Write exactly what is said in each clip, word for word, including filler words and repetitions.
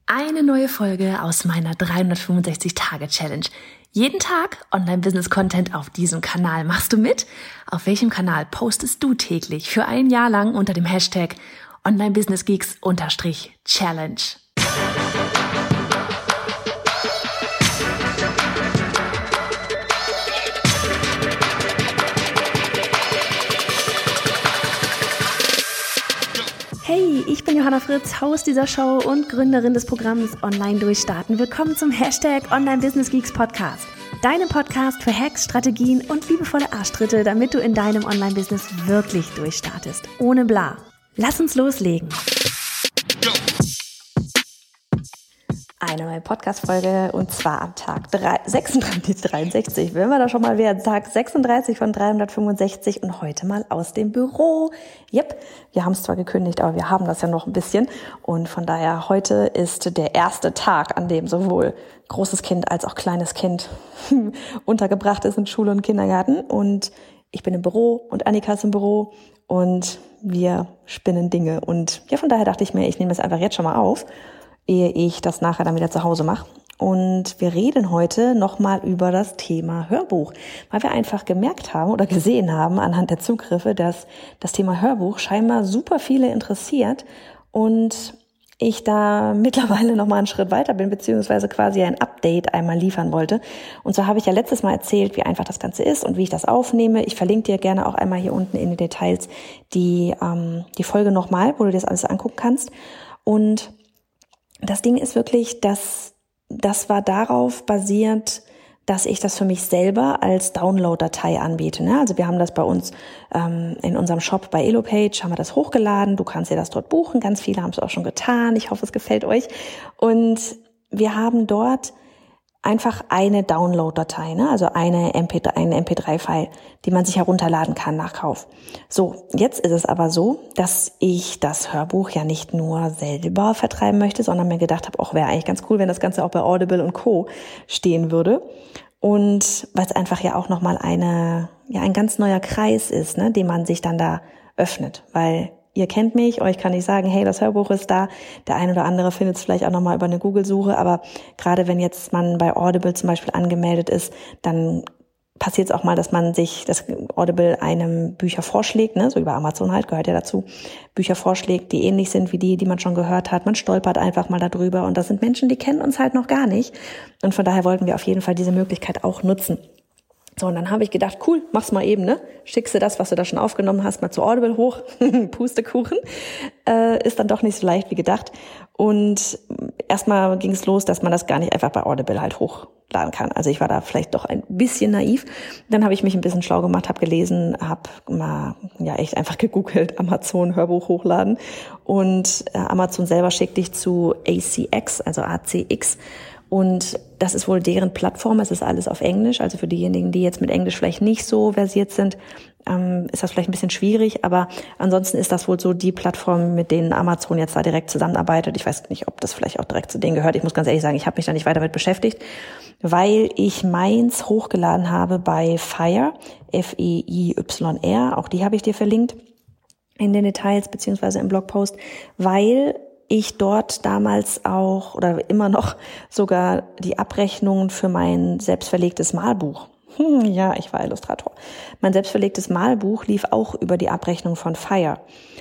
Eine neue Folge aus meiner dreihundertfünfundsechzig-Tage-Challenge. Jeden Tag Online-Business-Content auf diesem Kanal. Machst du mit? Auf welchem Kanal postest du täglich für ein Jahr lang unter dem Hashtag Online-Business-Geeks-Challenge? Hey, ich bin Johanna Fritz, Host dieser Show und Gründerin des Programms Online Durchstarten. Willkommen zum Hashtag Online Business Geeks Podcast. Deinem Podcast für Hacks, Strategien und liebevolle Arschtritte, damit du in deinem Online-Business wirklich durchstartest. Ohne bla. Lass uns loslegen. Eine neue Podcast-Folge und zwar am Tag sechsunddreißig, dreiundsechzig, wenn wir da schon mal wären, Tag sechsunddreißig von dreihundertfünfundsechzig und heute mal aus dem Büro. Yep, wir haben es zwar gekündigt, aber wir haben das ja noch ein bisschen und von daher heute ist der erste Tag, an dem sowohl großes Kind als auch kleines Kind untergebracht ist in Schule und Kindergarten und ich bin im Büro und Annika ist im Büro und wir spinnen Dinge und ja, von daher dachte ich mir, ich nehme das einfach jetzt schon mal auf, ehe ich das nachher dann wieder zu Hause mache. Und wir reden heute nochmal über das Thema Hörbuch, weil wir einfach gemerkt haben oder gesehen haben anhand der Zugriffe, dass das Thema Hörbuch scheinbar super viele interessiert und ich da mittlerweile nochmal einen Schritt weiter bin, beziehungsweise quasi ein Update einmal liefern wollte. Und so habe ich ja letztes Mal erzählt, wie einfach das Ganze ist und wie ich das aufnehme. Ich verlinke dir gerne auch einmal hier unten in den Details die, ähm, die Folge nochmal, wo du dir das alles angucken kannst. Und das Ding ist wirklich, dass das war darauf basiert, dass ich das für mich selber als Download-Datei anbiete. Ne? Also wir haben das bei uns ähm, in unserem Shop bei Elopage, haben wir das hochgeladen. Du kannst dir das dort buchen. Ganz viele haben es auch schon getan. Ich hoffe, es gefällt euch. Und wir haben dort einfach eine Download-Datei, ne? Also eine M P drei, ein M P drei File, die man sich herunterladen kann nach Kauf. So, jetzt ist es aber so, dass ich das Hörbuch ja nicht nur selber vertreiben möchte, sondern mir gedacht habe, auch wäre eigentlich ganz cool, wenn das Ganze auch bei Audible und Co. stehen würde. Und weil es einfach ja auch nochmal eine, ja, ein ganz neuer Kreis ist, ne, den man sich dann da öffnet, weil ihr kennt mich, euch kann ich sagen, hey, das Hörbuch ist da. Der eine oder andere findet es vielleicht auch nochmal über eine Google-Suche, aber gerade wenn jetzt man bei Audible zum Beispiel angemeldet ist, dann passiert es auch mal, dass man sich, dass Audible einem Bücher vorschlägt, ne, so über Amazon halt, gehört ja dazu, Bücher vorschlägt, die ähnlich sind wie die, die man schon gehört hat. Man stolpert einfach mal darüber und das sind Menschen, die kennen uns halt noch gar nicht. Und von daher wollten wir auf jeden Fall diese Möglichkeit auch nutzen. So, und dann habe ich gedacht, cool, mach's mal eben, ne? Schickst du das, was du da schon aufgenommen hast, mal zu Audible hoch. Pustekuchen. Äh, ist dann doch nicht so leicht wie gedacht. Und erstmal ging es los, dass man das gar nicht einfach bei Audible halt hochladen kann. Also ich war da vielleicht doch ein bisschen naiv. Dann habe ich mich ein bisschen schlau gemacht, habe gelesen, habe mal ja echt einfach gegoogelt, Amazon Hörbuch hochladen. Und äh, Amazon selber schickt dich zu A C X, also A C X. Und das ist wohl deren Plattform, es ist alles auf Englisch, also für diejenigen, die jetzt mit Englisch vielleicht nicht so versiert sind, ähm, ist das vielleicht ein bisschen schwierig, aber ansonsten ist das wohl so die Plattform, mit denen Amazon jetzt da direkt zusammenarbeitet. Ich weiß nicht, ob das vielleicht auch direkt zu denen gehört. Ich muss ganz ehrlich sagen, ich habe mich da nicht weiter damit beschäftigt, weil ich meins hochgeladen habe bei Fire, F E I Y R, auch die habe ich dir verlinkt in den Details beziehungsweise im Blogpost, weil ich dort damals auch oder immer noch sogar die Abrechnungen für mein selbstverlegtes Malbuch. Hm, ja, ich war Illustrator. Mein selbstverlegtes Malbuch lief auch über die Abrechnung von Fire.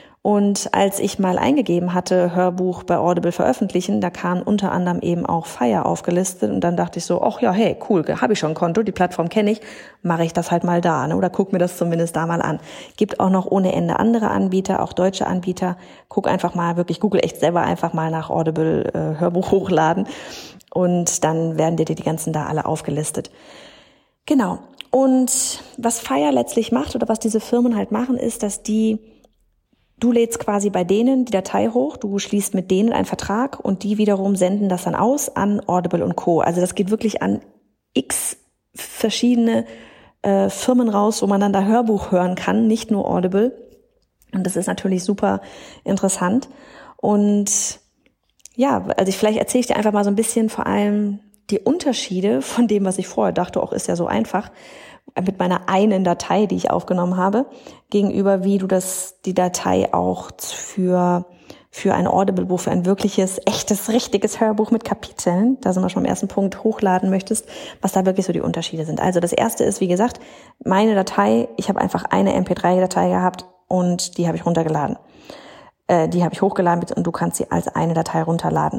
Und als ich mal eingegeben hatte, Hörbuch bei Audible veröffentlichen, da kam unter anderem eben auch Fire aufgelistet und dann dachte ich so, ach ja, hey, cool, habe ich schon ein Konto, die Plattform kenne ich, mache ich das halt mal da, ne? Oder guck mir das zumindest da mal an. Gibt auch noch ohne Ende andere Anbieter, auch deutsche Anbieter. Guck einfach mal, wirklich Google echt selber einfach mal nach Audible äh, Hörbuch hochladen und dann werden dir die ganzen da alle aufgelistet. Genau. Und was Fire letztlich macht oder was diese Firmen halt machen, ist, dass die Du lädst quasi bei denen die Datei hoch, du schließt mit denen einen Vertrag und die wiederum senden das dann aus an Audible und Co. Also das geht wirklich an x verschiedene äh, Firmen raus, wo man dann da Hörbuch hören kann, nicht nur Audible. Und das ist natürlich super interessant. Und ja, also ich, vielleicht erzähle ich dir einfach mal so ein bisschen vor allem die Unterschiede von dem, was ich vorher dachte, auch ist ja so einfach, mit meiner einen Datei, die ich aufgenommen habe, gegenüber wie du das die Datei auch für für ein Audible-Buch, für ein wirkliches, echtes, richtiges Hörbuch mit Kapiteln, da sind wir schon am ersten Punkt, hochladen möchtest, was da wirklich so die Unterschiede sind. Also das erste ist, wie gesagt, meine Datei, ich habe einfach eine M P drei Datei gehabt und die habe ich runtergeladen. Äh, die habe ich hochgeladen und du kannst sie als eine Datei runterladen.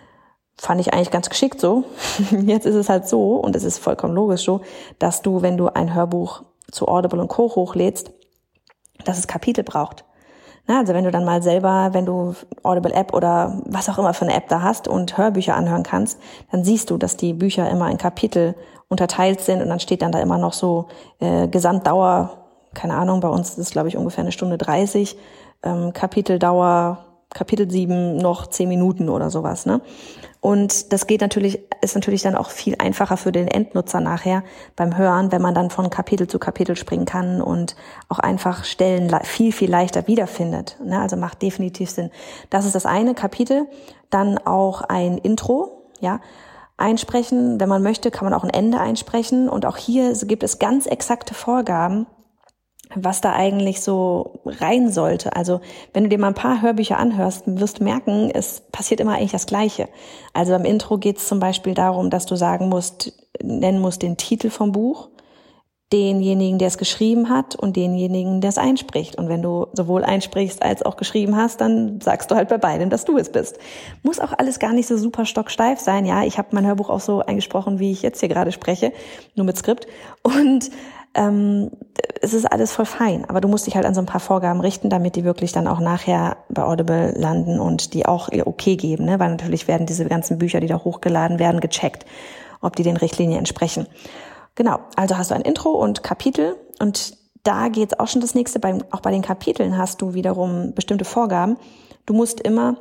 Fand ich eigentlich ganz geschickt so. Jetzt ist es halt so, und es ist vollkommen logisch so, dass du, wenn du ein Hörbuch zu Audible und Co. hochlädst, dass es Kapitel braucht. Na, also wenn du dann mal selber, wenn du Audible-App oder was auch immer für eine App da hast und Hörbücher anhören kannst, dann siehst du, dass die Bücher immer in Kapitel unterteilt sind und dann steht dann da immer noch so äh, Gesamtdauer, keine Ahnung, bei uns ist es, glaube ich, ungefähr eine Stunde dreißig, ähm, Kapiteldauer, Kapitel sieben noch zehn Minuten oder sowas, ne? Und das geht natürlich, ist natürlich dann auch viel einfacher für den Endnutzer nachher beim Hören, wenn man dann von Kapitel zu Kapitel springen kann und auch einfach Stellen viel, viel leichter wiederfindet, ne? Also macht definitiv Sinn. Das ist das eine Kapitel. Dann auch ein Intro, ja. Einsprechen, wenn man möchte, kann man auch ein Ende einsprechen. Und auch hier gibt es ganz exakte Vorgaben, was da eigentlich so rein sollte. Also wenn du dir mal ein paar Hörbücher anhörst, wirst du merken, es passiert immer eigentlich das Gleiche. Also beim Intro geht es zum Beispiel darum, dass du sagen musst, nennen musst den Titel vom Buch, denjenigen, der es geschrieben hat und denjenigen, der es einspricht. Und wenn du sowohl einsprichst als auch geschrieben hast, dann sagst du halt bei beiden, dass du es bist. Muss auch alles gar nicht so super stocksteif sein. Ja, ich habe mein Hörbuch auch so eingesprochen, wie ich jetzt hier gerade spreche, nur mit Skript. Und ähm, es ist alles voll fein, aber du musst dich halt an so ein paar Vorgaben richten, damit die wirklich dann auch nachher bei Audible landen und die auch ihr Okay geben, ne? Weil natürlich werden diese ganzen Bücher, die da hochgeladen werden, gecheckt, ob die den Richtlinien entsprechen. Genau, also hast du ein Intro und Kapitel und da geht's auch schon das nächste. Beim, auch bei den Kapiteln hast du wiederum bestimmte Vorgaben. Du musst immer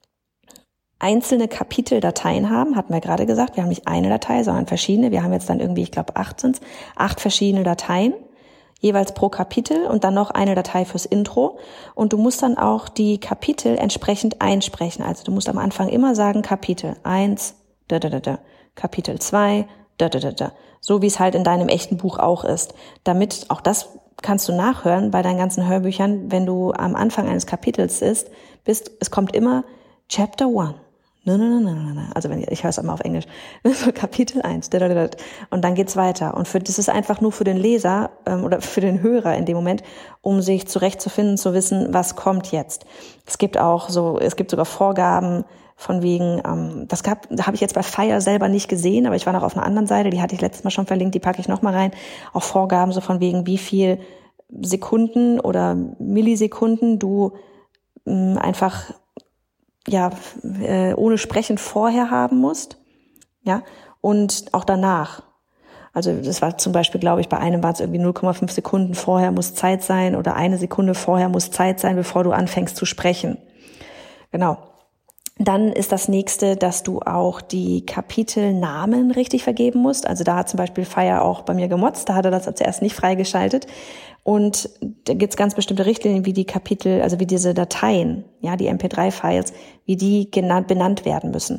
einzelne Kapiteldateien haben, hatten wir gerade gesagt. Wir haben nicht eine Datei, sondern verschiedene. Wir haben jetzt dann irgendwie, ich glaube, acht sind's, acht verschiedene Dateien, jeweils pro Kapitel und dann noch eine Datei fürs Intro. Und du musst dann auch die Kapitel entsprechend einsprechen. Also du musst am Anfang immer sagen, Kapitel eins, da, da, da, da, Kapitel zwei, da, da, da, da. So wie es halt in deinem echten Buch auch ist. Damit, auch das kannst du nachhören bei deinen ganzen Hörbüchern, wenn du am Anfang eines Kapitels ist, bist, es kommt immer Chapter one. No, no, no, no, no, no. Also wenn ich, ich höre es immer auf Englisch. Kapitel eins. Und dann geht's weiter. Und für, das ist einfach nur für den Leser ähm, oder für den Hörer in dem Moment, um sich zurechtzufinden, zu wissen, was kommt jetzt. Es gibt auch so, es gibt sogar Vorgaben von wegen, ähm, das gab, da habe ich jetzt bei Fire selber nicht gesehen, aber ich war noch auf einer anderen Seite, die hatte ich letztes Mal schon verlinkt, die packe ich noch mal rein. Auch Vorgaben so von wegen, wie viel Sekunden oder Millisekunden du ähm, einfach ja, äh, ohne Sprechen vorher haben musst, ja, und auch danach. Also das war zum Beispiel, glaube ich, bei einem war es irgendwie null Komma fünf Sekunden vorher muss Zeit sein oder eine Sekunde vorher muss Zeit sein, bevor du anfängst zu sprechen. Genau. Dann ist das nächste, dass du auch die Kapitelnamen richtig vergeben musst. Also da hat zum Beispiel Fire auch bei mir gemotzt, da hat er das zuerst nicht freigeschaltet. Und da gibt's ganz bestimmte Richtlinien, wie die Kapitel, also wie diese Dateien, ja, die M P drei Files, wie die genannt, benannt werden müssen.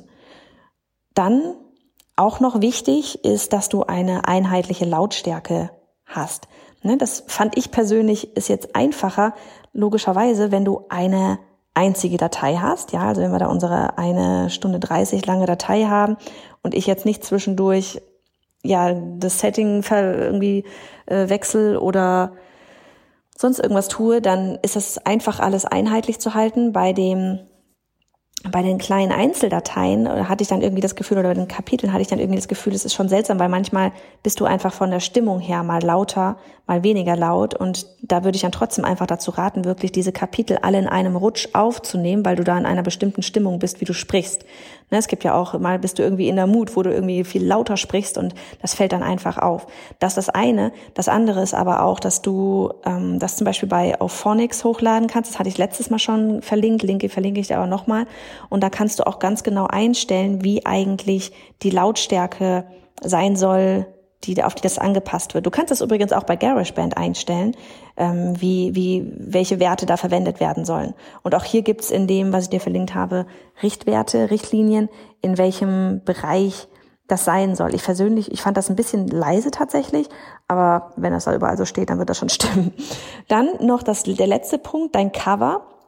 Dann auch noch wichtig ist, dass du eine einheitliche Lautstärke hast. Ne, das fand ich persönlich ist jetzt einfacher, logischerweise, wenn du eine einzige Datei hast, ja, also wenn wir da unsere eine Stunde dreißig lange Datei haben und ich jetzt nicht zwischendurch ja das Setting irgendwie äh, wechsel oder sonst irgendwas tue, dann ist es einfach alles einheitlich zu halten. Bei dem bei den kleinen Einzeldateien hatte ich dann irgendwie das Gefühl, oder bei den Kapiteln hatte ich dann irgendwie das Gefühl, es ist schon seltsam, weil manchmal bist du einfach von der Stimmung her mal lauter, mal weniger laut und da würde ich dann trotzdem einfach dazu raten, wirklich diese Kapitel alle in einem Rutsch aufzunehmen, weil du da in einer bestimmten Stimmung bist, wie du sprichst. Ne, es gibt ja auch, mal bist du irgendwie in der Mut, wo du irgendwie viel lauter sprichst und das fällt dann einfach auf. Das ist das eine. Das andere ist aber auch, dass du ähm, das zum Beispiel bei Auphonics hochladen kannst. Das hatte ich letztes Mal schon verlinkt, Linke verlinke ich dir aber nochmal. Und da kannst du auch ganz genau einstellen, wie eigentlich die Lautstärke sein soll, die auf die das angepasst wird. Du kannst das übrigens auch bei GarageBand einstellen, ähm, wie wie welche Werte da verwendet werden sollen. Und auch hier gibt's in dem, was ich dir verlinkt habe, Richtwerte, Richtlinien, in welchem Bereich das sein soll. Ich persönlich, ich fand das ein bisschen leise tatsächlich, aber wenn das da überall so steht, dann wird das schon stimmen. Dann noch das der letzte Punkt, dein Cover.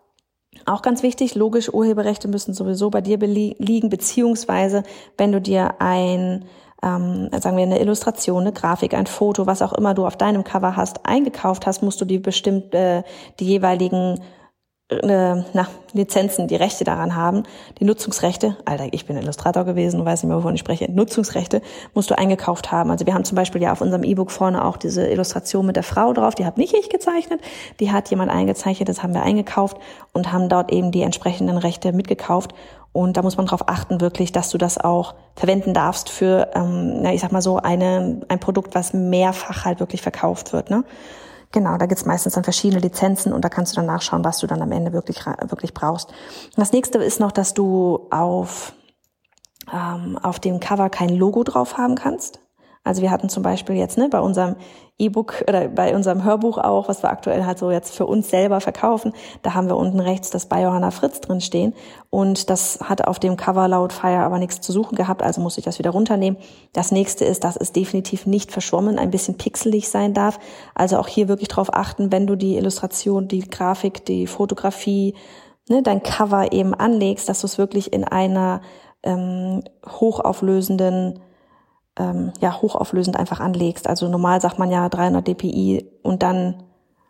Auch ganz wichtig, logisch, Urheberrechte müssen sowieso bei dir liegen, beziehungsweise wenn du dir ein, ähm, sagen wir eine Illustration, eine Grafik, ein Foto, was auch immer du auf deinem Cover hast, eingekauft hast, musst du die bestimmt äh, die jeweiligen äh, na, Lizenzen, die Rechte daran haben, die Nutzungsrechte, Alter, ich bin Illustrator gewesen, weiß nicht mehr, wovon ich spreche, Nutzungsrechte musst du eingekauft haben. Also wir haben zum Beispiel ja auf unserem E-Book vorne auch diese Illustration mit der Frau drauf, die hat nicht ich gezeichnet, die hat jemand eingezeichnet, das haben wir eingekauft und haben dort eben die entsprechenden Rechte mitgekauft. Und da muss man darauf achten, wirklich, dass du das auch verwenden darfst für, ähm, ja, ich sag mal so, eine ein Produkt, was mehrfach halt wirklich verkauft wird, ne? Genau, da gibt's meistens dann verschiedene Lizenzen und da kannst du dann nachschauen, was du dann am Ende wirklich wirklich brauchst. Und das nächste ist noch, dass du auf ähm, auf dem Cover kein Logo drauf haben kannst. Also wir hatten zum Beispiel jetzt ne bei unserem E-Book oder bei unserem Hörbuch auch, was wir aktuell halt so jetzt für uns selber verkaufen, da haben wir unten rechts das bei Johanna Fritz drin stehen und das hat auf dem Cover laut Fire aber nichts zu suchen gehabt, also muss ich das wieder runternehmen. Das nächste ist, dass es definitiv nicht verschwommen, ein bisschen pixelig sein darf, also auch hier wirklich drauf achten, wenn du die Illustration, die Grafik, die Fotografie, ne, dein Cover eben anlegst, dass du es wirklich in einer ähm, hochauflösenden Ähm, ja, hochauflösend einfach anlegst. Also normal sagt man ja dreihundert dpi und dann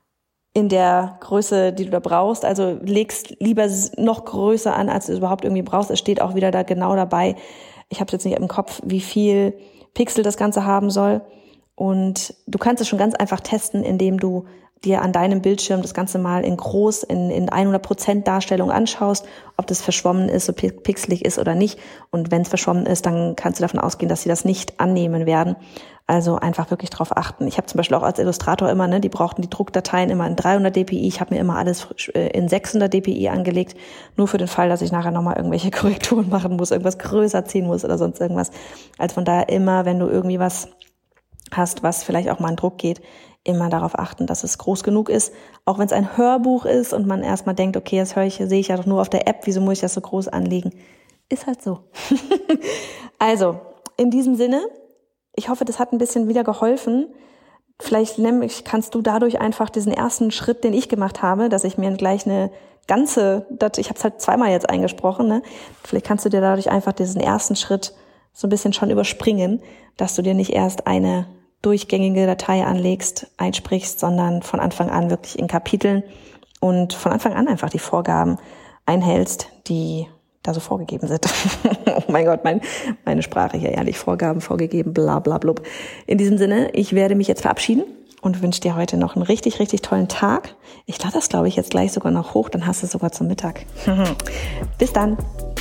in der Größe, die du da brauchst. Also legst lieber noch größer an, als du es überhaupt irgendwie brauchst. Es steht auch wieder da genau dabei. Ich habe jetzt nicht im Kopf, wie viel Pixel das Ganze haben soll. Und du kannst es schon ganz einfach testen, indem du dir an deinem Bildschirm das Ganze mal in groß, in, in hundert Prozent Darstellung anschaust, ob das verschwommen ist, so pixelig ist oder nicht. Und wenn es verschwommen ist, dann kannst du davon ausgehen, dass sie das nicht annehmen werden. Also einfach wirklich drauf achten. Ich habe zum Beispiel auch als Illustrator immer, ne, die brauchten die Druckdateien immer in dreihundert dpi. Ich habe mir immer alles in sechshundert dpi angelegt, nur für den Fall, dass ich nachher nochmal irgendwelche Korrekturen machen muss, irgendwas größer ziehen muss oder sonst irgendwas. Also von daher immer, wenn du irgendwie was hast, was vielleicht auch mal in Druck geht, immer darauf achten, dass es groß genug ist. Auch wenn es ein Hörbuch ist und man erstmal denkt, okay, das höre ich, sehe ich ja doch nur auf der App, wieso muss ich das so groß anlegen? Ist halt so. Also, in diesem Sinne, ich hoffe, das hat ein bisschen wieder geholfen. Vielleicht nämlich kannst du dadurch einfach diesen ersten Schritt, den ich gemacht habe, dass ich mir gleich eine ganze, ich habe es halt zweimal jetzt eingesprochen, ne? Vielleicht kannst du dir dadurch einfach diesen ersten Schritt so ein bisschen schon überspringen, dass du dir nicht erst eine durchgängige Datei anlegst, einsprichst, sondern von Anfang an wirklich in Kapiteln und von Anfang an einfach die Vorgaben einhältst, die da so vorgegeben sind. Oh mein Gott, mein, meine Sprache hier, ehrlich, Vorgaben vorgegeben, bla bla blub. In diesem Sinne, ich werde mich jetzt verabschieden und wünsche dir heute noch einen richtig, richtig tollen Tag. Ich lade das, glaube ich, jetzt gleich sogar noch hoch, dann hast du es sogar zum Mittag. Bis dann.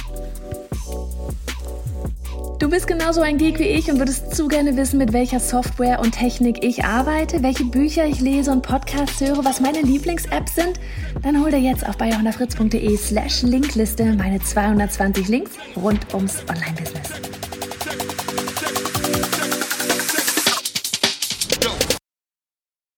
Du bist genauso ein Geek wie ich und würdest zu gerne wissen, mit welcher Software und Technik ich arbeite, welche Bücher ich lese und Podcasts höre, was meine Lieblings-Apps sind? Dann hol dir jetzt auf bei johannafritz punkt de slash Linkliste meine zweihundertzwanzig Links rund ums Online-Business.